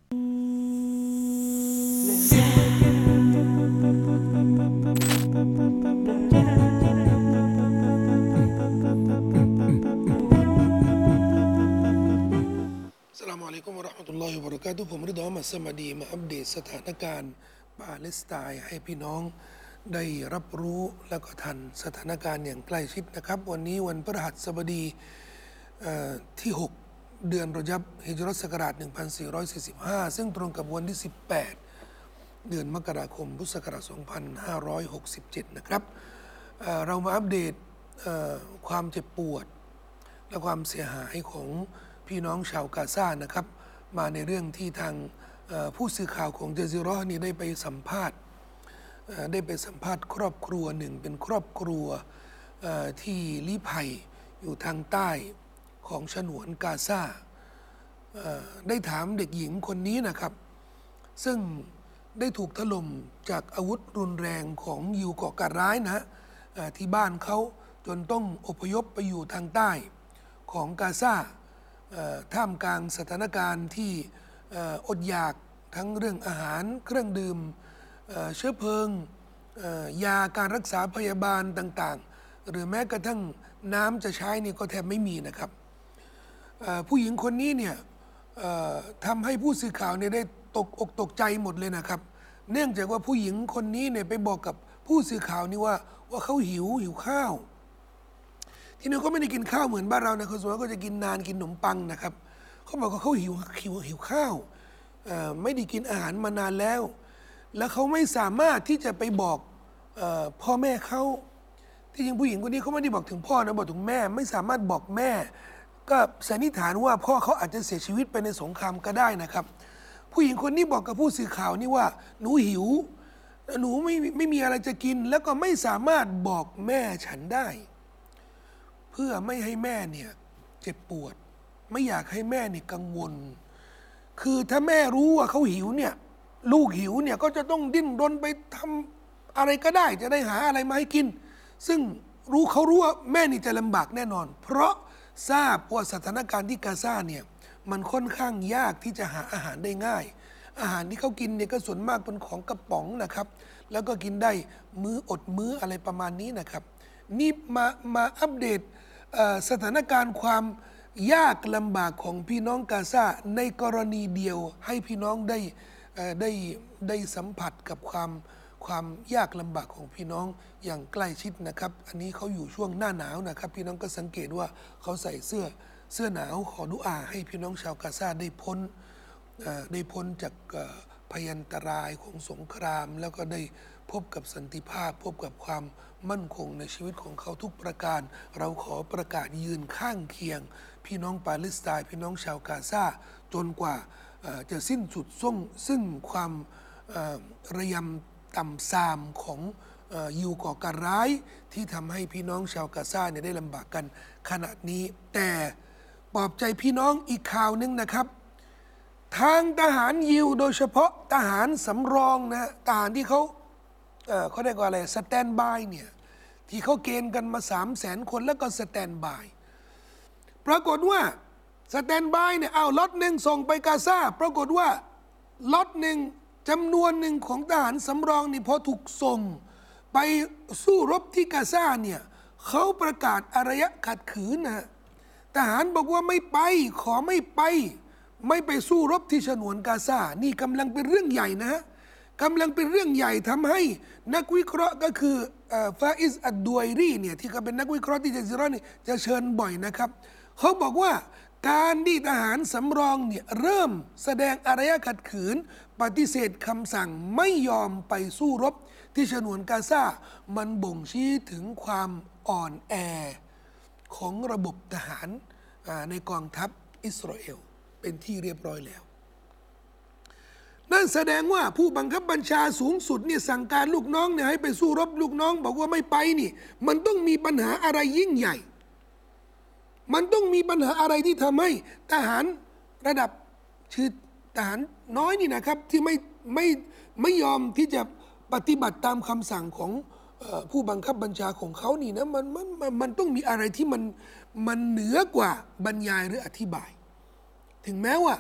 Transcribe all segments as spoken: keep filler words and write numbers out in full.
อัสสลามุอะลัยกุมวะเราะห์มะตุลลอฮิวะบะเราะกาตุฮ์ผมริดอห์มัสสมาดีมาอัปเดตสถานการณ์ปาเลสไตน์ให้พี่น้องได้รับรู้และก็ทันสถานการณ์อย่างใกล้ชิดนะครับวันนี้วันพฤหัสบดีที่หกเดือนรอญับฮิจเราะห์ศักราชหนึ่งพันสี่ร้อยสี่สิบห้าซึ่งตรงกับวันที่สิบแปดเดือนมกราคมพุทธศักราชสองพันห้าร้อยหกสิบเจ็ดนะครับเอ่อเรามาอัปเดตเอ่อความเจ็บปวดและความเสียหายของพี่น้องชาวกาซานะครับมาในเรื่องที่ทางผู้สื่อข่าวของเจซิเราะห์นี่ได้ไปสัมภาษณ์ได้ไปสัมภาษณ์ครอบครัวหนึ่งเป็นครอบครัวที่ลี้ภัยอยู่ทางใต้ของฉนวนกาซาได้ถามเด็กหญิงคนนี้นะครับซึ่งได้ถูกถล่มจากอาวุธรุนแรงของยิวก่อการร้ายนะที่บ้านเขาจนต้องอพยพไปอยู่ทางใต้ของกาซาท่ามกลางสถานการณ์ที่อดอยากทั้งเรื่องอาหารเครื่องดื่มเชื้อเพลิงยาการรักษาพยาบาลต่างๆหรือแม้กระทั่งน้ำจะใช้นี่ก็แทบไม่มีนะครับผู้หญิงคนนี้เนี่ยทำให้ผู้สื่อข่าวเนี่ยได้ตกอกตกใจหมดเลยนะครับเนื่องจากว่าผู้หญิงคนนี้เนี่ยไปบอกกับผู้สื่อข่าวนี่ว่าว่าเขาหิวหิวข้าวที่นั่นเขาไม่ได้กินข้าวเหมือนบ้านเรานะคนส่วนมากก็จะกินนานกินขนมปังนะครับเขาบอกว่าเขาหิวหิวหิวข้าวไม่ได้กินอาหารมานานแล้ว แล้วเขาไม่สามารถที่จะไปบอกพ่อแม่เขาที่จริงผู้หญิงคนนี้เขาไม่ได้บอกถึงพ่อนะบอกถึงแม่ไม่สามารถบอกแม่ก็สันนิษฐานว่าพ่อเขาอาจจะเสียชีวิตไปในสงครามก็ได้นะครับผู้หญิงคนนี้บอกกับผู้สื่อข่าวนี่ว่าหนูหิวหนูไม่ไม่มีอะไรจะกินแล้วก็ไม่สามารถบอกแม่ฉันได้เพื่อไม่ให้แม่เนี่ยเจ็บปวดไม่อยากให้แม่เนี่ยกังวลคือถ้าแม่รู้ว่าเขาหิวเนี่ยลูกหิวเนี่ยก็จะต้องดิ้นรนไปทำอะไรก็ได้จะได้หาอะไรมาให้กินซึ่งรู้เขารู้ว่าแม่นี่จะลำบากแน่นอนเพราะทราบว่าสถานการณ์ที่กาซาเนี่ยมันค่อนข้างยากที่จะหาอาหารได้ง่ายอาหารที่เขากินเนี่ยก็ส่วนมากเป็นของกระป๋องนะครับแล้วก็กินได้มื้ออดมื้ออะไรประมาณนี้นะครับนี่มามาอัปเดตสถานการณ์ความยากลำบากของพี่น้องกาซาในกรณีเดียวให้พี่น้องได้ได้ได้สัมผัสกับความความยากลำบากของพี่น้องอย่างใกล้ชิดนะครับอันนี้เขาอยู่ช่วงหน้าหนาวนะครับพี่น้องก็สังเกตว่าเขาใส่เสื้อเสื้อหนาวขอดุอาให้พี่น้องชาวกาซาได้พ้นได้พ้นจากพยันตรายของสงครามแล้วก็ได้พบกับสันติภาพพบกับความมั่นคงในชีวิตของเขาทุกประการเราขอประกาศยืนข้างเคียงพี่น้องปาเลสไตน์พี่น้องชาวกาซาจนกว่าจะสิ้นสุดส่งซึ่งความระยำต่ำทรามของยิวก่อการร้ายที่ทำให้พี่น้องชาวกาซาเนี่ยได้ลำบากกันขณะนี้แต่ปลอบใจพี่น้องอีกข่าวหนึ่งนะครับทางทหารยิวโดยเฉพาะทหารสำรองนะทหารที่เขาเอ่อเขาเรียกว่าอะไรสแตนบายเนี่ยที่เขาเกณฑ์กันมาสามแสนคนแล้วก็สแตนบายปรากฏว่าสแตนบายเนี่ยเอาล็อตหนึ่งส่งไปกาซาปรากฏว่าล็อตหนึ่งจำนวนหนึ่งของทหารสำรองนี่พอถูกส่งไปสู้รบที่กาซาเนี่ยเขาประกาศอารยะขัดขืนนะทหารบอกว่าไม่ไปขอไม่ไปไม่ไปสู้รบที่ฉนวนกาซานี่กำลังเป็นเรื่องใหญ่นะฮะกำลังเป็นเรื่องใหญ่ทำให้นักวิเคราะห์ก็คือฟาอิซอัดดวยรีเนี่ยที่เขาเป็นนักวิเคราะห์ที่เจซิเราะห์นี่จะเชิญบ่อยนะครับเขาบอกว่าการที่ทหารสำรองเนี่ยเริ่มแสดงอารยะขัดขืนปฏิเสธคำสั่งไม่ยอมไปสู้รบที่ฉนวนกาซามันบ่งชี้ถึงความอ่อนแอของระบบทหารในกองทัพอิสราเอลเป็นที่เรียบร้อยแล้วนั่นแสดงว่าผู้บังคับบัญชาสูงสุดเนี่ยสั่งการลูกน้องเนี่ยให้ไปสู้รบลูกน้องบอกว่าไม่ไปนี่มันต้องมีปัญหาอะไรยิ่งใหญ่มันต้องมีปัญหาอะไรที่ทำให้ทหารระดับชื่อทหารน้อยนี่นะครับที่ไม่ไม่ไม่ยอมที่จะปฏิบัติตามคำสั่งของผู้บังคับบัญชาของเขานี่นะมันมันมันต้องมีอะไรที่มันมันเหนือกว่าบรรยายหรืออธิบายถึงแม้ว่าท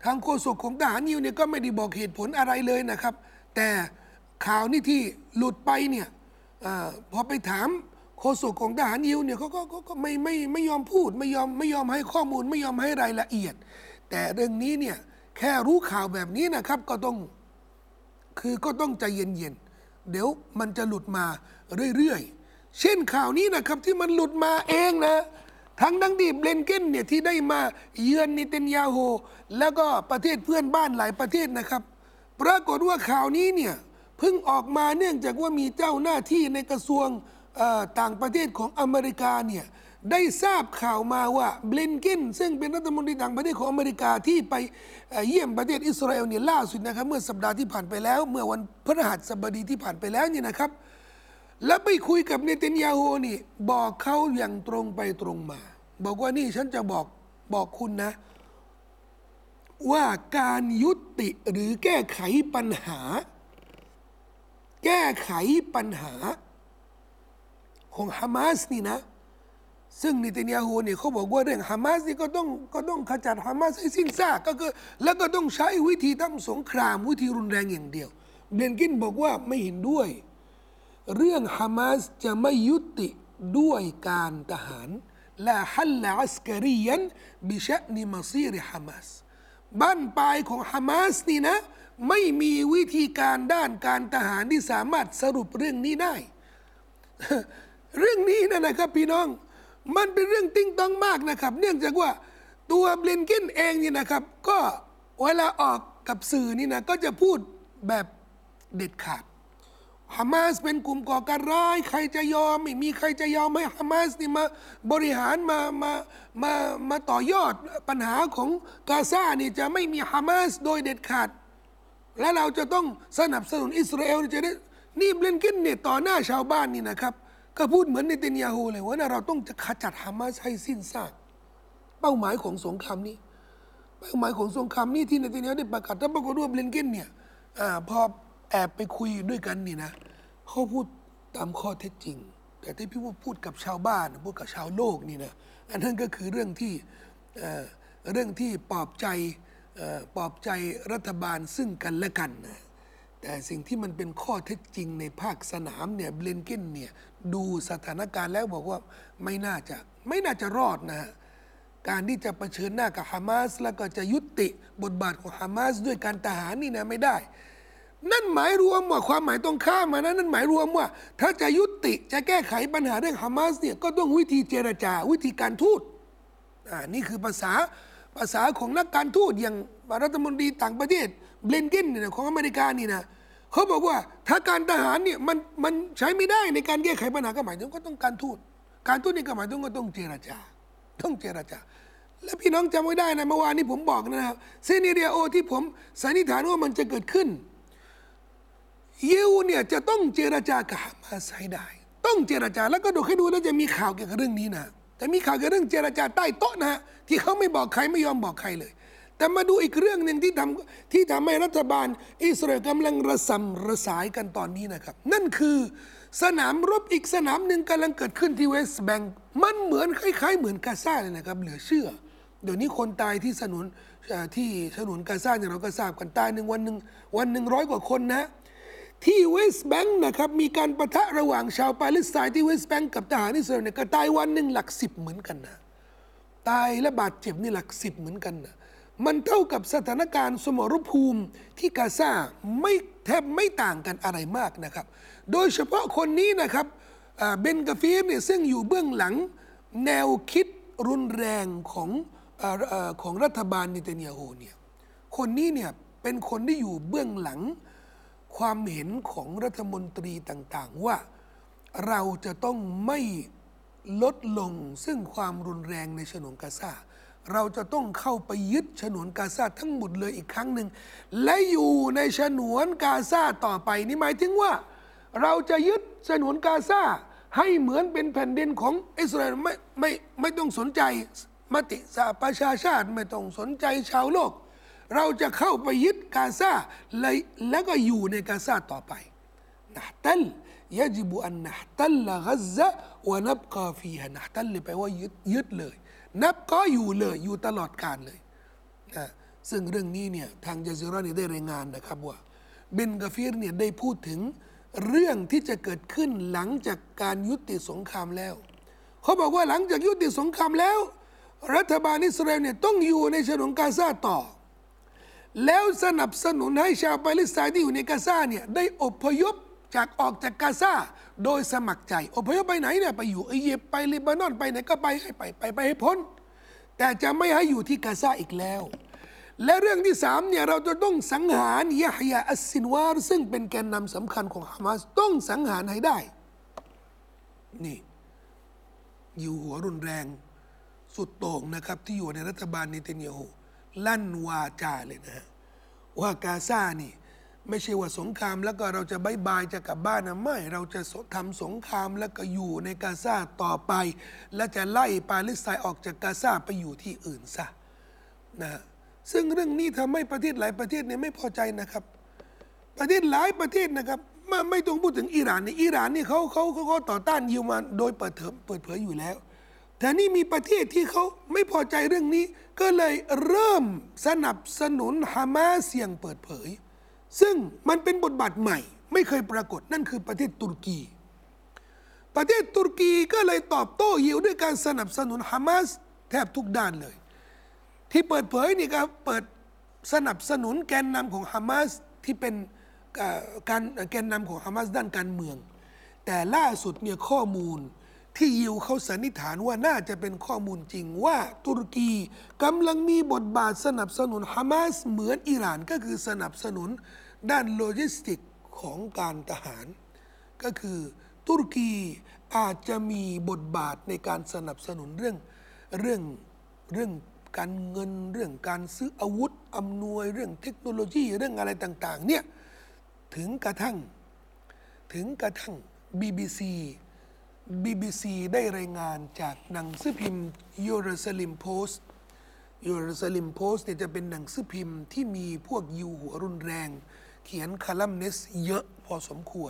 ทางโฆษกของทหารยิวเนี่ยก็ไม่ได้บอกเหตุผลอะไรเลยนะครับแต่ข่าวนี่ที่หลุดไปเนี่ยอาพอไปถามโฆษกของทหารยิวเนี่ยเขาก็ก็ไม่ไม่ไม่ยอมพูดไม่ยอมไม่ยอมให้ข้อมูลไม่ยอมให้รายละเอียดแต่เรื่องนี้เนี่ยแค่รู้ข่าวแบบนี้นะครับก็ต้องคือก็ต้องใจเย็นๆเดี๋ยวมันจะหลุดมาเรื่อยๆเช่นข่าวนี้นะครับที่มันหลุดมาเองนะทั้งดังดีเบลนเกนเนี่ยที่ได้มาเยือนเนตันยาโฮแล้วก็ประเทศเพื่อนบ้านหลายประเทศนะครับปรากฏว่าข่าวนี้เนี่ยเพิ่งออกมาเนื่องจากว่ามีเจ้าหน้าที่ในกระทรวงต่างประเทศของอเมริกาเนี่ยได้ทราบข่าวมาว่าเบลนเกนซึ่งเป็นรัฐมนตรีต่างประเทศของอเมริกาที่ไปเยี่ยมประเทศอิสราเอลเนี่ยล่าสุดนะครับเมื่อสัปดาห์ที่ผ่านไปแล้วเมื่อวันพฤหัสบดีที่ผ่านไปแล้วเนี่ยนะครับแล้วไปคุยกับเนตันยาโฮนี่บอกเขาอย่างตรงไปตรงมาบอกว่านี่ฉันจะบอกบอกคุณนะว่าการยุติหรือแก้ไขปัญหาแก้ไขปัญหาของฮามาสนี่นะซึ่งเนตันยาโฮเนี่ยเขาบอกว่าเรื่องฮามาสนี่ก็ต้องก็ต้องขจัดฮามาสให้สิ้นซากก็คือแล้วก็ต้องใช้วิธีทำสงครามวิธีรุนแรงอย่างเดียวเบนกินบอกว่าไม่เห็นด้วยเรื่องฮามาสจะไม่ยุติด้วยการทหารละฮัลละอัสกรียันบิชะนิมาซีริฮามาสบ้านปลายของฮามาสนี่นะไม่มีวิธีการด้านการทหารที่สามารถสรุปเรื่องนี้ได้ เรื่องนี้นะนะครับพี่น้องมันเป็นเรื่องติ้งต้องมากนะครับเนื่องจากว่าตัวเบลนเกนเองนี่นะครับก็เวลาออกกับสื่อนี่นะก็จะพูดแบบเด็ดขาดฮามาสเป็นกลุ่มก่อการร้ายใครจะยอมไม่มีใครจะยอมให้ฮามาสนี่มาบริหารมามามามาต่อยอดปัญหาของกาซานี่จะไม่มีฮามาสโดยเด็ดขาดและเราจะต้องสนับสนุนอิสราเอลจะได้นี่เบลนเกนเนี่ยต่อหน้าชาวบ้านนี่นะครับก็พูดเหมือนเนตันยาฮูเลยว่าเราต้องจะขจัดฮามาสให้สิ้นซากเป้าหมายของสงครามนี้เป้าหมายของสงครามนี้ที่เนตันยาฮูได้ประกาศแล้วปรากฏว่าเบลนเกนเนี่ยอ่าพอแอบไปคุยด้วยกันนี่นะเขาพูดตามข้อเท็จจริงแต่ที่พี่ว่าพูดกับชาวบ้านพูดกับชาวโลกนี่นะอันนั้นก็คือเรื่องที่เอ่อเรื่องที่ปลอบใจเอ่อปลอบใจรัฐบาลซึ่งกันและกันนะแต่สิ่งที่มันเป็นข้อเท็จจริงในภาคสนามเนี่ยเบลนเกนเนี่ยดูสถานการณ์แล้วบอกว่าไม่น่าจะไม่น่าจะรอดนะการที่จะเผชิญหน้ากับฮามาสแล้วก็จะยุติบทบาทของฮามาสด้วยการทหารนี่นะไม่ได้นั่นหมายรวมว่าความหมายตรงข้ามมานะนั่นหมายรวมว่าถ้าจะยุติจะแก้ไขปัญหาเรื่องฮามาสเนี่ยก็ต้องวิธีเจรจาวิธีการทูตอ่านี่คือภาษาภาษาของนักการทูตอย่างรัฐมนตรีต่างประเทศเบลนเกนเนี่ยของอเมริกานี่นะเขาบอกว่าถ้าการทหารเนี่ยมันมันใช้ไม่ได้ในการแก้ไขปัญหาก็หมายถึงก็ต้องการทูตการทูตนี่ก็หมายถึงก็ต้องเจรจาต้องเจรจาและพี่น้องจำไว้ได้นะเมื่อวานนี้ผมบอกนะครับเซเนเรียโอที่ผมสันนิษฐานว่ามันจะเกิดขึ้นยิวเนี่ยจะต้องเจรจากับฮามาสให้ได้ต้องเจรจาแล้วก็ดูให้ดูแล้วจะมีข่าวเกี่ยวกับเรื่องนี้นะแต่มีข่าวเกี่ยวกับเรื่องเจรจาใต้โต๊ะนะที่เขาไม่บอกใครไม่ยอมบอกใครเลยแต่มาดูอีกเรื่องหนึ่งที่ทำที่ทำให้รัฐบาลอิสราเอลกำลังระสำระสายกันตอนนี้นะครับนั่นคือสนามรบอีกสนามหนึ่งกำลังเกิดขึ้นที่เวสต์แบงก์มันเหมือนคล้ายๆเหมือนกาซาเลยนะครับเหลือเชื่อเดี๋ยวนี้คนตายที่สนุนที่ฉนวนกาซาเนี่ยเราก็ทราบกันตายหนึ่งวันหนึ่งวันหนึ่งร้อยกว่าคนนะที่เวสต์แบงก์นะครับมีการปะทะระหว่างชาวปาเลสไตน์ที่เวสต์แบงก์กับทหารอิสราเอลเนี่ยก็ตายวันหนึ่งหลักสิบเหมือนกันนะตายและบาดเจ็บนี่หลักสิบเหมือนกันนะมันเท่ากับสถานการณ์สมรภูมิที่กาซาไม่แทบไม่ต่างกันอะไรมากนะครับโดยเฉพาะคนนี้นะครับเบนกาฟีรเนี่ยซึ่งอยู่เบื้องหลังแนวคิดรุนแรงของของรัฐบาลเนตันยาฮูเนี่ยคนนี้เนี่ยเป็นคนที่อยู่เบื้องหลังความเห็นของรัฐมนตรีต่างๆว่าเราจะต้องไม่ลดลงซึ่งความรุนแรงในฉนวนกาซาเราจะต้องเข้าไปยึดฉนวนกาซาทั้งหมดเลยอีกครั้งหนึ่งและอยู่ในฉนวนกาซาต่อไปนี่หมายถึงว่าเราจะยึดฉนวนกาซาให้เหมือนเป็นแผ่นดินของอิสราเอลไม่ไม่ไม่ต้องสนใจมติสหประชาชาติไม่ต้องสนใจชาวโลกเราจะเข้าไปยึดกาซาเลยแล้วก็อยู่ในกาซาต่อไปนะตัลيجب أن نحتل غزة ونبقى فيها نحتل แปลว่ายึดยึดเลยนับก็อยู่เลยอยู่ตลอดกาลเลยนะซึ่งเรื่องนี้เนี่ยทางญะซีเราะห์เนี่ยได้รายงานนะครับว่าบินกะฟีรเนี่ยได้พูดถึงเรื่องที่จะเกิดขึ้นหลังจากการยุติสงครามแล้วเขาบอกว่าหลังจากยุติสงครามแล้วรัฐบาลอิสราเอลเนี่ยต้องอยู่ในฉนวนกาซาต่อแล้วสนับสนุนให้ชาวปาเลสไตน์ที่อยู่ในกาซาเนี่ยได้อพยพจากออกจากกาซาโดยสมัครใจอพยพไปไหนเนี่ยไปอยู่อียิปต์ไปเลบานอนไปไหนก็ไปให้ไปไปไปให้พ้นแต่จะไม่ให้อยู่ที่กาซาอีกแล้วและเรื่องที่สามเนี่ยเราจะต้องสังหารยะฮยาอัสซินวาร์ซึ่งเป็นแกนนำสำคัญของฮามาสต้องสังหารให้ได้นี่อยู่หัวรุนแรงสุดโต่งนะครับที่อยู่ในรัฐบาลเนตันยาฮูลั่นวาจาเลยนะฮะว่ากาซานี่ไม่ใช่ว่าสงครามแล้วก็เราจะบายบายจะกลับบ้านนะไม่เราจะทำสงครามแล้วก็อยู่ในกาซาต่อไปและจะไล่ปาเลสไตน์ออกจากกาซาไปอยู่ที่อื่นซะนะซึ่งเรื่องนี้ทำให้ประเทศหลายประเทศเนี่ยไม่พอใจนะครับประเทศหลายประเทศนะครับไม่ไม่ต้องพูดถึงอิหร่านเนี่ยอิหร่านนี่เขาเขาเขาต่อต้านยิวมาโดยเปิดเผยเปิดเผยอยู่แล้วแต่นี่มีประเทศที่เขาไม่พอใจเรื่องนี้ก็เลยเริ่มสนับสนุนฮามาสอย่างเปิดเผยซึ่งมันเป็นบทบาทใหม่ไม่เคยปรากฏนั่นคือประเทศตุรกีประเทศตุรกีก็เลยตอบโต้ยิวด้วยการสนับสนุนฮามาสแทบทุกด้านเลยที่เปิดเผยนี่ครับเปิดสนับสนุนแกนนำของฮามาสที่เป็นการแกนนำของฮามาสด้านการเมืองแต่ล่าสุดเนี่ยข้อมูลที่ยิวเขาสันนิษฐานว่าน่าจะเป็นข้อมูลจริงว่าตุรกีกำลังมีบทบาทสนับสนุนฮามาสเหมือนอิหร่านก็คือสนับสนุนด้านโลจิสติกของการทหารก็คือตุรกีอาจจะมีบทบาทในการสนับสนุนเรื่องเรื่องเรื่องการเงินเรื่องการซื้ออาวุธอำนวยเรื่องเทคโนโลยีเรื่องอะไรต่างๆเนี่ยถึงกระทั่งถึงกระทั่ง บี บี ซี บี บี ซี ได้รายงานจากหนังสือพิมพ์เยรูซาเล็มโพสต์เยรูซาเล็มโพสต์เนี่ยจะเป็นหนังสือพิมพ์ที่มีพวกยิวหัวรุนแรงเขียนคอลัมนิสต์เยอะพอสมควร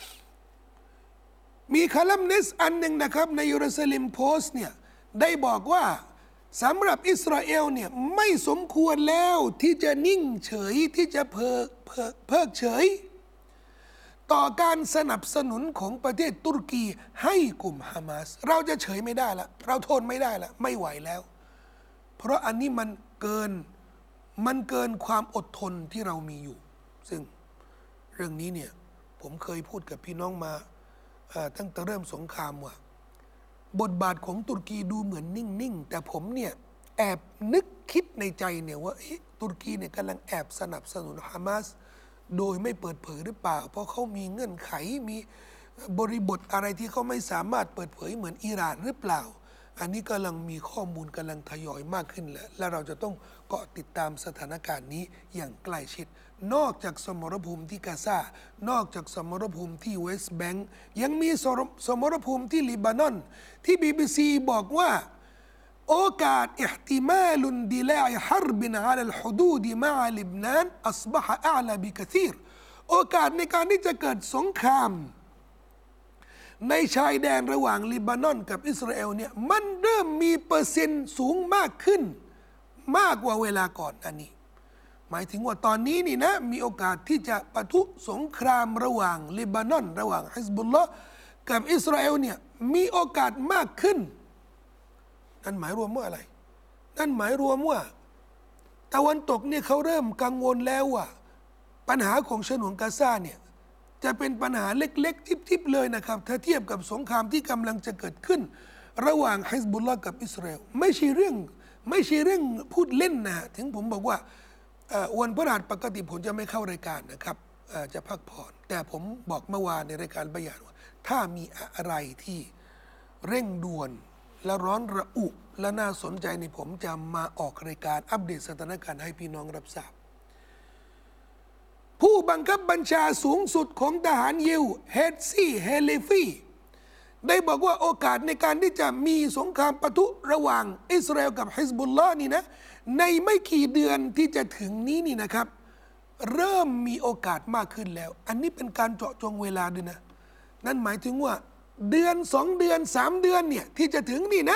มีคอลัมนิสต์อันหนึ่งนะครับในเยรูซาเล็มโพสต์เนี่ยได้บอกว่าสำหรับอิสราเอลเนี่ยไม่สมควรแล้วที่จะนิ่งเฉยที่จะเพิกเพิกเพิกเฉยต่อการสนับสนุนของประเทศตุรกีให้กลุ่มฮามาสเราจะเฉยไม่ได้ละเราทนไม่ได้ละไม่ไหวแล้วเพราะอันนี้มันเกินมันเกินความอดทนที่เรามีอยู่ซึ่งเรื่องนี้เนี่ยผมเคยพูดกับพี่น้องมาตั้งแต่เริ่มสงครามว่าบทบาทของตุรกีดูเหมือนนิ่งๆแต่ผมเนี่ยแอบนึกคิดในใจเนี่ยว่าตุรกีเนี่ยกำลังแอบสนับสนุนฮามาสโดยไม่เปิดเผยหรือเปล่าเพราะเขามีเงื่อนไขมีบริบทอะไรที่เขาไม่สามารถเปิดเผยเหมือนอิหร่านหรือเปล่าอันนี้กำลังมีข้อมูลกำลังทยอยมากขึ้นแล้วและเราจะต้องเกาะติดตามสถานการณ์นี้อย่างใกล้ชิดนอกจากสมรภูมิที่กาซานอกจากสมรภูมิที่เวสต์แบงก์ยังมีสมรภูมิที่ลิบานอนที่ บี บี ซี บอกว่าโอกาสอิห์ติมาลุนดิลาอิฮาร์บินอาลัลฮุดูดมะลิบนานอัศบะฮะอาลาบิกะซีรโอกาสในการที่จะเกิดสงครามในชายแดนระหว่างลิบานอนกับอิสราเอลเนี่ยมันเริ่มมีเปอร์เซ็นต์สูงมากขึ้นมากกว่าเวลาก่อนอันนี้หมายถึงว่าตอนนี้นี่นะมีโอกาสที่จะปะทุสงครามระหว่างลิบานอนระหว่างฮิซบุลลอฮ์กับอิสราเอลเนี่ยมีโอกาสมากขึ้นนั่นหมายรวมว่าอะไรนั่นหมายรวมว่าตะวันตกเนี่ยเขาเริ่มกังวลแล้วว่าปัญหาของฉนวนกาซาเนี่ยจะเป็นปัญหาเล็กๆทิบๆเลยนะครับถ้าเทียบกับสงครามที่กำลังจะเกิดขึ้นระหว่างฮิซบุลลอฮ์กับอิสราเอลไม่ใช่เรื่องไม่ใช่เรื่องพูดเล่นนะถึงผมบอกว่าวันพฤหัสปกติผมจะไม่เข้ารายการนะครับจะพักผ่อนแต่ผมบอกเมื่อวานในรายการบะยานว่าถ้ามีอะไรที่เร่งด่วนและร้อนระอุและน่าสนใจในผมจะมาออกรายการอัปเดตสถานการณ์ให้พี่น้องรับทราบผู้บังคับบัญชาสูงสุดของทหารยิวเฮดซี่เฮเลฟีได้บอกว่าโอกาสในการที่จะมีสงครามปะทุระหว่างอิสราเอลกับฮิซบุลลอฮ์นี่นะในไม่กี่เดือนที่จะถึงนี้นี่นะครับเริ่มมีโอกาสมากขึ้นแล้วอันนี้เป็นการเจาะจงเวลาด้วยนะนั่นหมายถึงว่าเดือนสองเดือนสามเดือนเนี่ยที่จะถึงนี่นะ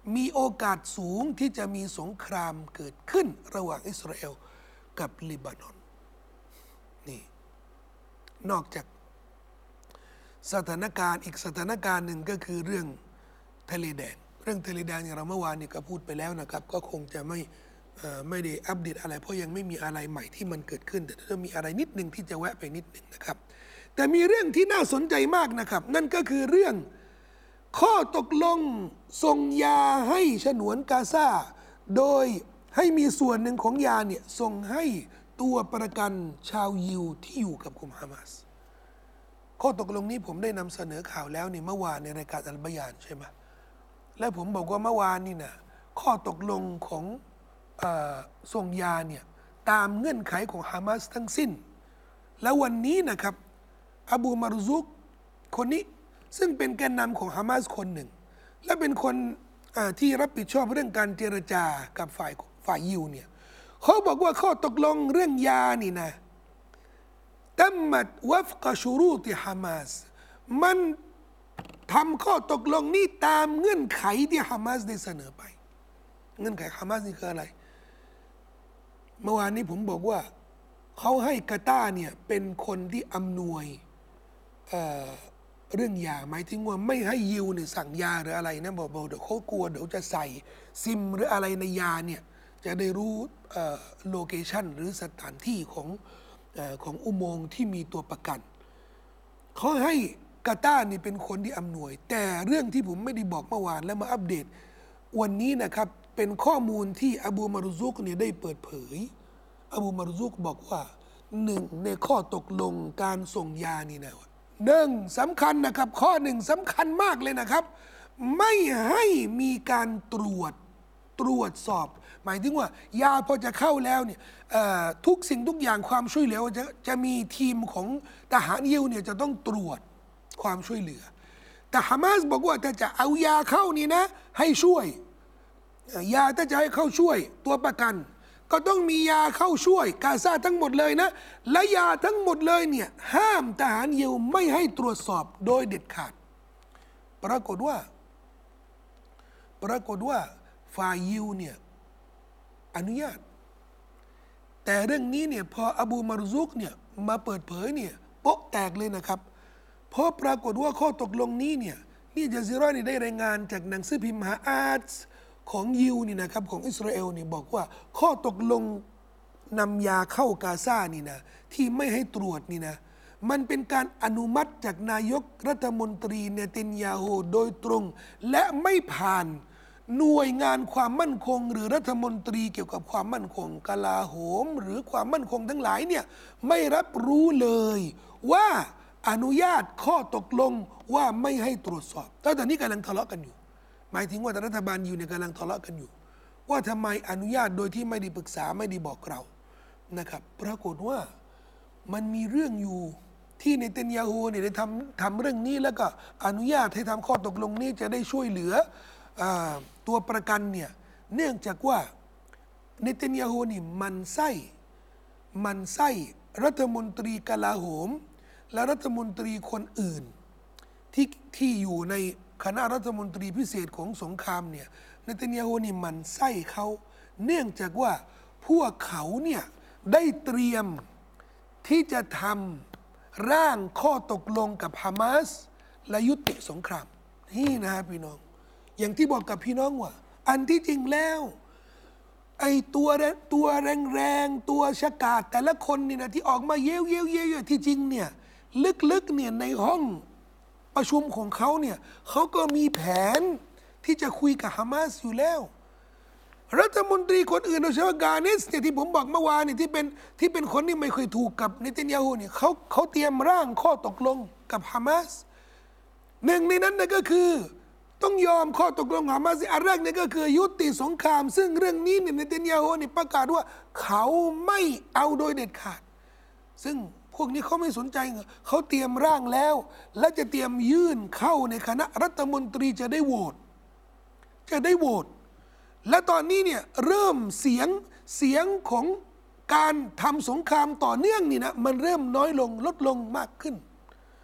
มีโอกาสสูงที่จะมีสงครามเกิดขึ้นระหว่างอิสราเอลกับลิบานอนนี่นอกจากสถานการณ์อีกสถานการณ์หนึ่งก็คือเรื่องทะเลแดงเรื่องทะเลแดงอย่างเราเมื่อวานนี่ก็พูดไปแล้วนะครับก็คงจะไม่ไม่ได้อัปเดตอะไรเพราะยังไม่มีอะไรใหม่ที่มันเกิดขึ้นแต่จะมีอะไรนิดหนึ่งที่จะแวะไปนิดหนึ่งนะครับแต่มีเรื่องที่น่าสนใจมากนะครับนั่นก็คือเรื่องข้อตกลงส่งยาให้ฉนวนกาซาโดยให้มีส่วนหนึ่งของยาเนี่ยส่งให้ตัวประกันชาวยิวที่อยู่กับกลุ่มฮามาสข้อตกลงนี้ผมได้นำเสนอข่าวแล้วในเมื่อวานในรายการอัลบายานใช่ไหมและผมบอกว่าเมื่อวานนี่นะข้อตกลงของส่งยาเนี่ยตามเงื่อนไขของฮามาสทั้งสิ้นแล้ววันนี้นะครับอบูมารุซุกคนนี้ซึ่งเป็นแกนนำของฮามาสคนหนึ่งและเป็นคนที่รับผิดชอบเรื่องการเจรจากับฝ่ายฝ่ายยิวเนี่ยเขาบอกว่าข้อตกลงเรื่องยานี่นะตัมมัดวัฟกะชูรูติฮามาสมันทำข้อตกลงนี้ตามเงื่อนไขที่ฮามาสได้เสนอไปเงื่อนไขฮามาสนี่คืออะไรเมื่อวานนี้ผมบอกว่าเขาให้กาตาร์เนี่ยเป็นคนที่อำนวยเอ่อเรื่องยาหมายถึงว่าไม่ให้ยิวเนี่ยสั่งยาหรืออะไรนะบอกบอกเดี๋ยวเขากลัวเดี๋ยวจะใส่ซิมหรืออะไรในยาเนี่ยจะได้รู้โลเคชันหรือสถานที่ของเอ่อของอุโมงค์ที่มีตัวประกันเขาให้กาตาร์นี่เป็นคนที่อำนวยแต่เรื่องที่ผมไม่ได้บอกเมื่อวานแล้วมาอัปเดตวันนี้นะครับเป็นข้อมูลที่อบูมารุซุกเนี่ยได้เปิดเผยอบูมารุซุกบอกว่าหนึ่งในข้อตกลงการส่งยานี่นะหนึ่งสำคัญนะครับข้อหนึ่งสำคัญมากเลยนะครับไม่ให้มีการตรวจตรวจสอบหมายถึงว่ายาพอจะเข้าแล้วเนี่ยทุกสิ่งทุกอย่างความช่วยเหลือจะจะมีทีมของทหารยิวเนี่ยจะต้องตรวจความช่วยเหลือแต่ฮามาสบอกว่าถ้าจะเอายาเข้านี่นะให้ช่วยยาถ้าจะให้เข้าช่วยตัวประกันก็ต้องมียาเข้าช่วยกาซาทั้งหมดเลยนะและยาทั้งหมดเลยเนี่ยห้ามทหารยิวไม่ให้ตรวจสอบโดยเด็ดขาดปรากฏว่าปรากฏว่าฝ่ายยิวเนี่ยอนุญาตแต่เรื่องนี้เนี่ยพออบูมารุซุกเนี่ยมาเปิดเผยเนี่ยโป๊ะแตกเลยนะครับเพราะปรากฏว่าข้อตกลงนี้เนี่ยนี่จาซิเราะห์นี่ได้รายงานจากหนังสือพิมพ์ฮาอาดของยิวนี่นะครับของอิสราเอลนี่บอกว่าข้อตกลงนำยาเข้ากาซานี่นะที่ไม่ให้ตรวจนี่นะมันเป็นการอนุมัติจากนายกรัฐมนตรีเนตันยาฮูโดยตรงและไม่ผ่านหน่วยงานความมั่นคงหรือรัฐมนตรีเกี่ยวกับความมั่นคงกลาโหมหรือความมั่นคงทั้งหลายเนี่ยไม่รับรู้เลยว่าอนุญาตข้อตกลงว่าไม่ให้ตรวจสอบแต่ตอนนี้กำลังทะเลาะกันอยู่หมายถึงว่ารัฐบาลอยู่ในกำลังทะเลาะกันอยู่ว่าทำไมอนุญาตโดยที่ไม่ได้ปรึกษาไม่ได้บอกเรานะครับปรากฏว่ามันมีเรื่องอยู่ที่เนตันยาฮูเนี่ยได้ทำทำเรื่องนี้แล้วก็อนุญาตให้ทำข้อตกลงนี้จะได้ช่วยเหลือตัวประกันเนี่ยเนื่องจากว่าเนตันยาฮูนี่มันไส้มันไส้รัฐมนตรีกลาโหมและรัฐมนตรีคนอื่นที่ที่อยู่ในคณะรัฐมนตรีพิเศษของสงครามเนี่ยเนตันยาฮูนี่มันไส้เขาเนื่องจากว่าพวกเขาเนี่ยได้เตรียมที่จะทำร่างข้อตกลงกับฮามาสและยุติสงครามนี่นะพี่น้องอย่างที่บอกกับพี่น้องว่าอันที่จริงแล้วไอ้ตัวตัวแรงๆตัวชะกาดแต่ละคนนี่นะที่ออกมาเย้ยวเย้ยวเย้ยวที่จริงเนี่ยลึกๆเนี่ยในห้องประชุมของเขาเนี่ยเขาก็มีแผนที่จะคุยกับฮามาสอยู่แล้วรัฐมนตรีคนอื่นโดยเฉพาะกาเนสเนี่ยที่ผมบอกเมื่อวานเนี่ยที่เป็นที่เป็นคนที่ไม่เคยถูกกับเนตันยาฮูเนี่ยเขาเขาเตรียมร่างข้อตกลงกับฮามาสหนึ่งในนั้นนะก็คือต้องยอมข้อตกลงฮามาสอันแรกเนี่ยก็คือยุติสงครามซึ่งเรื่องนี้เนี่ยเนตันยาฮูเนี่ยประกาศว่าเขาไม่เอาโดยเด็ดขาดซึ่งพวกนี้เขาไม่สนใจเขาเตรียมร่างแล้วและจะเตรียมยื่นเข้าในคณะรัฐมนตรีจะได้โหวตจะได้โหวตและตอนนี้เนี่ยเริ่มเสียงเสียงของการทำสงครามต่อเนื่องนี่นะมันเริ่มน้อยลงลดลงมากขึ้น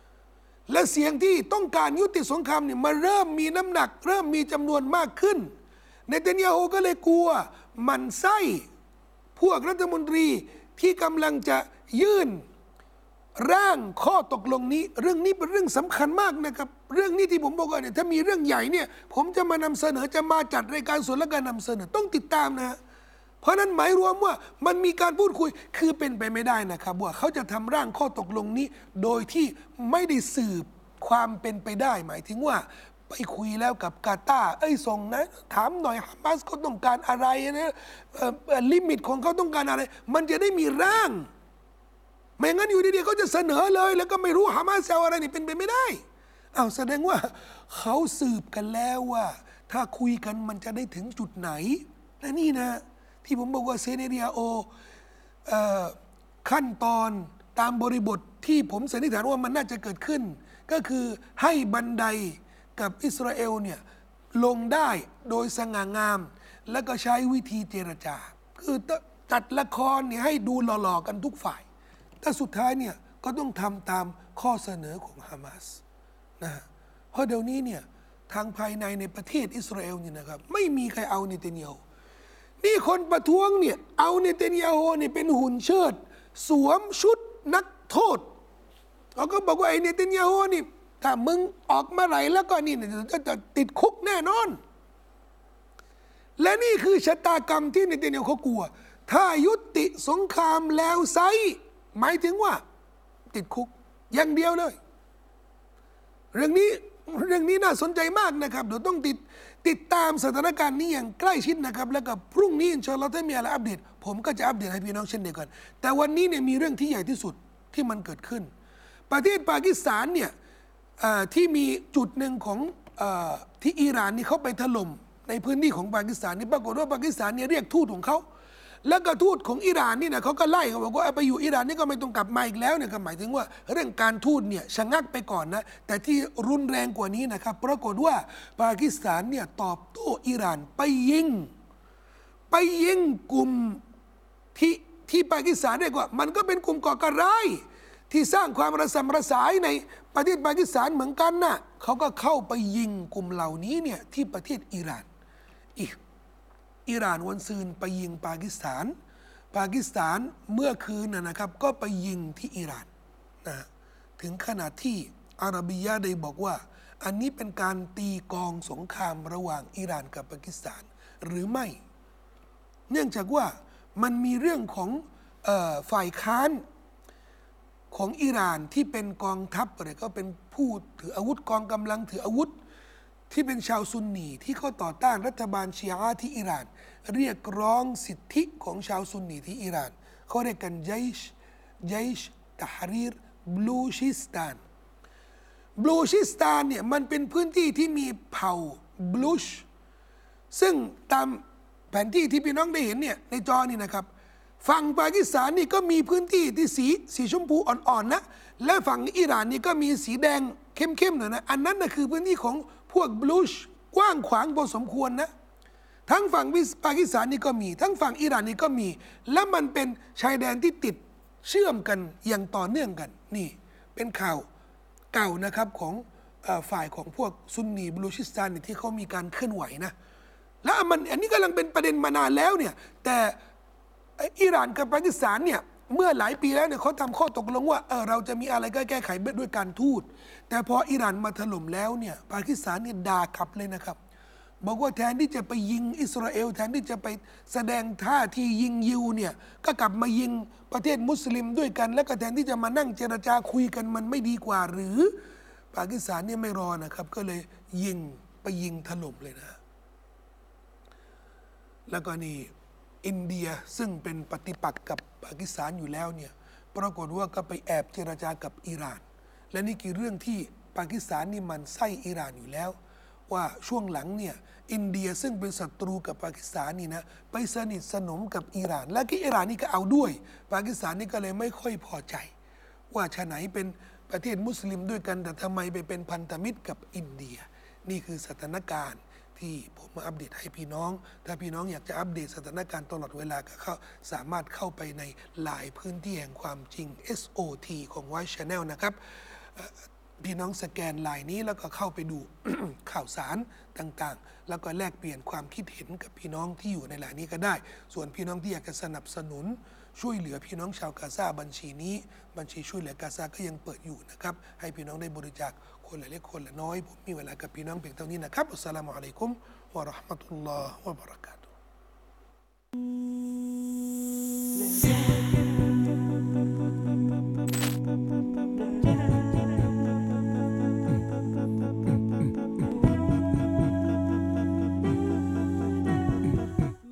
และเสียงที่ต้องการยุติสงครามเนี่ยมันเริ่มมีน้ำหนักเริ่มมีจำนวนมากขึ้นเนตันยาฮูก็เลยกลัวมันไส้พวกรัฐมนตรีที่กำลังจะยื่นร่างข้อตกลงนี้เรื่องนี้เป็นเรื่องสำคัญมากนะครับเรื่องนี้ที่ผมบอกว่าเนี่ยถ้ามีเรื่องใหญ่เนี่ยผมจะมานำเสนอจะมาจัดรายการสดและการนำเสนอต้องติดตามนะเพราะนั้นหมายรวมว่ามันมีการพูดคุยคือเป็นไปไม่ได้นะครับว่าเขาจะทำร่างข้อตกลงนี้โดยที่ไม่ได้สืบความเป็นไปได้หมายถึงว่าไปคุยแล้วกับกาตาร์เอ้ยส่งนะถามหน่อยฮามาสเขาต้องการอะไรนะลิมิตของเขาต้องการอะไรมันจะได้มีร่างไม่งั้นอยู่ดีๆเขาจะเสนอเลยแล้วก็ไม่รู้ฮามาสเอาอะไรนี่เป็นไปไม่ได้อ้าวแสดงว่าเขาสืบกันแล้วว่าถ้าคุยกันมันจะได้ถึงจุดไหนและนี่นะที่ผมบอกว่าเซเนเรียโอขั้นตอนตามบริบทที่ผมสันนิษฐานว่ามันน่าจะเกิดขึ้นก็คือให้บันไดกับอิสราเอลเนี่ยลงได้โดยสง่างาม แล้วก็ใช้วิธีเจรจาคือจัดละครเนี่ยให้ดูหล่อๆกันทุกฝ่ายแต่สุดท้ายเนี่ยก็ต้องทำตามข้อเสนอของฮามาสนะเพราะเดี๋ยวนี้เนี่ยทางภายในในประเทศอิสราเอลเนี่ยนะครับไม่มีใครเอาเนตันยาฮูนี่คนประท้วงเนี่ยเอาเนตันยาฮูเนี่ยเป็นหุ่นเชิดสวมชุดนักโทษเขาก็บอกว่าไอ้เนตันยาฮูนี่ถ้ามึงออกมาไหลแล้วก็นี่จะจะติดคุกแน่นอนและนี่คือชะตากรรมที่เนตันยาฮูเขากลัวถ้ายุติสงครามแล้วไซหมายถึงว่าติดคุกอย่างเดียวเลยเรื่องนี้เรื่องนี้น่าสนใจมากนะครับเดี๋ยวต้องติดติดตามสถานการณ์นี้อย่างใกล้ชิดนะครับแล้วก็พรุ่งนี้อินชาอัลลอฮ์ถ้ามีอะไรอัปเดตผมก็จะอัปเดตให้พี่น้องเช่นเดียวกันแต่วันนี้เนี่ยมีเรื่องที่ใหญ่ที่สุดที่มันเกิดขึ้นประเทศปากีสถานเนี่ยที่มีจุดหนึ่งของที่อิหร่านนี่เขาไปถล่มในพื้นที่ของปากีสถานนี่ปรากฏว่าปากีสถานเนี่ยเรียกทูตของเขาแล้วก็ทูตของอิหร่านนี่นะเขาก็ไล่เขาบอกว่าไปอยู่อิหร่านนี่ก็ไม่ต้องกลับมาอีกแล้วเนี่ยก็หมายถึงว่าเรื่องการทูตเนี่ยชะงักไปก่อนนะแต่ที่รุนแรงกว่านี้นะครับปรากฏว่าปากีสถานเนี่ยตอบโต้อิหร่านไปยิงไปยิงกลุ่มที่ที่ปากีสถานเรียกว่ามันก็เป็นกลุ่มก่อการร้ายที่สร้างความระสำระสายในประเทศปากีสถานเหมือนกันนะเขาก็เข้าไปยิงกลุ่มเหล่านี้เนี่ยที่ประเทศอิหร่านอีกอิหร่านวันซืนไปยิงปากีสถานปากีสถานเมื่อคืนนะครับก็ไปยิงที่อิหร่านนะถึงขนาดที่อาราบียะได้บอกว่าอันนี้เป็นการตีกองสงครามระหว่างอิหร่านกับปากีสถานหรือไม่เนื่องจากว่ามันมีเรื่องของเอ่อฝ่ายค้านของอิหร่านที่เป็นกองทัพอะไรก็เป็นผู้ถืออาวุธกองกำลังถืออาวุธที่เป็นชาวซุนนีที่เขาต่อต้านรัฐบาลชีอะห์ที่อิหร่านเรียกร้องสิทธิของชาวซุนนีที่อิหร่านเขาเรียกกันไจช์ไจช์ตะฮรีรบลูชิสตานบลูชิสตานเนี่ยมันเป็นพื้นที่ที่มีเผ่าบลูชซึ่งตามแผนที่ที่พี่น้องได้เห็นเนี่ยในจอนี่นะครับฝั่งปากีสถานนี่ก็มีพื้นที่ที่สีสีชมพูอ่อนๆนะและฝั่งอิหร่านนี่ก็มีสีแดงเข้มๆหน่อยนะอันนั้นนะคือพื้นที่ของพวกบลูชกว้างขวางพอสมควรนะทั้งฝั่งปากีสถานนี่ก็มีทั้งฝั่งอิหร่านนี่ก็มีและมันเป็นชายแดนที่ติดเชื่อมกันอย่างต่อเนื่องกันนี่เป็นข่าวเก่านะครับของฝ่ายของพวกซุนนีบลูชิสตานที่เขามีการเคลื่อนไหวนะแล้วมันอันนี้กำลังเป็นประเด็นมานานแล้วเนี่ยแต่อิหร่านกับปากีสถานเนี่ยเมื่อหลายปีแล้วเนี่ยเขาทำข้อตกลงว่าเออเราจะมีอะไรก็แก้ไขด้วยการทูตแต่พออิหร่านมาถล่มแล้วเนี่ยปากีสถานเนี่ยด่ากลับเลยนะครับบอกว่าแทนที่จะไปยิงอิสราเอลแทนที่จะไปแสดงท่าที่ยิงยิวเนี่ยก็กลับมายิงประเทศมุสลิมด้วยกันแล้วก็แทนที่จะมานั่งเจรจาคุยกันมันไม่ดีกว่าหรือปากีสถานเนี่ยไม่รอนะครับก็เลยยิงไปยิงถล่มเลยนะแล้วก็นี่อินเดียซึ่งเป็นปฏิปักษ์กับปากีสถานอยู่แล้วเนี่ยปรากฏว่าก็ไปแอบเจรจากับอิหร่านและนี่คือเรื่องที่ปากีสถานนี่มันไส้อิหร่านอยู่แล้วว่าช่วงหลังเนี่ยอินเดียซึ่งเป็นศัตรูกับปากีสถานนี่นะไปสนิทสนมกับอิหร่านและก็อิหร่านนี่ก็เอาด้วยปากีสถานนี่ก็เลยไม่ค่อยพอใจว่าชะไหนเป็นประเทศมุสลิมด้วยกันแต่ทำไมไปเป็นพันธมิตรกับอินเดียนี่คือสถานการณ์ที่ผมมาอัปเดตให้พี่น้องถ้าพี่น้องอยากจะอัปเดตสถานการณ์ตลอดเวลาก็เข้าสามารถเข้าไปในหลายพื้นที่แห่งความจริง เอส โอ ที ของ Voice Channel นะครับพี่น้องสแกนไลน์นี้แล้วก็เข้าไปดู ข่าวสารต่างๆ แล้วก็แลกเปลี่ยนความคิดเห็นกับพี่น้องที่อยู่ในไลน์นี้ก็ได้ ส่วนพี่น้องที่อยากจะสนับสนุนช่วยเหลือพี่น้องชาวกาซาบัญชีนี้บัญชีช่วยเหลือกาซาก็ยังเปิดอยู่นะครับให้พี่น้องได้บริจาคคนละเล็กคนละน้อยผมมีเวลากับพี่น้องเพียงเท่านี้นะครับอัสสลามุอะลัยกุมวะเราะห์มะตุลลอฮ์วะบะเราะกาตุฮ์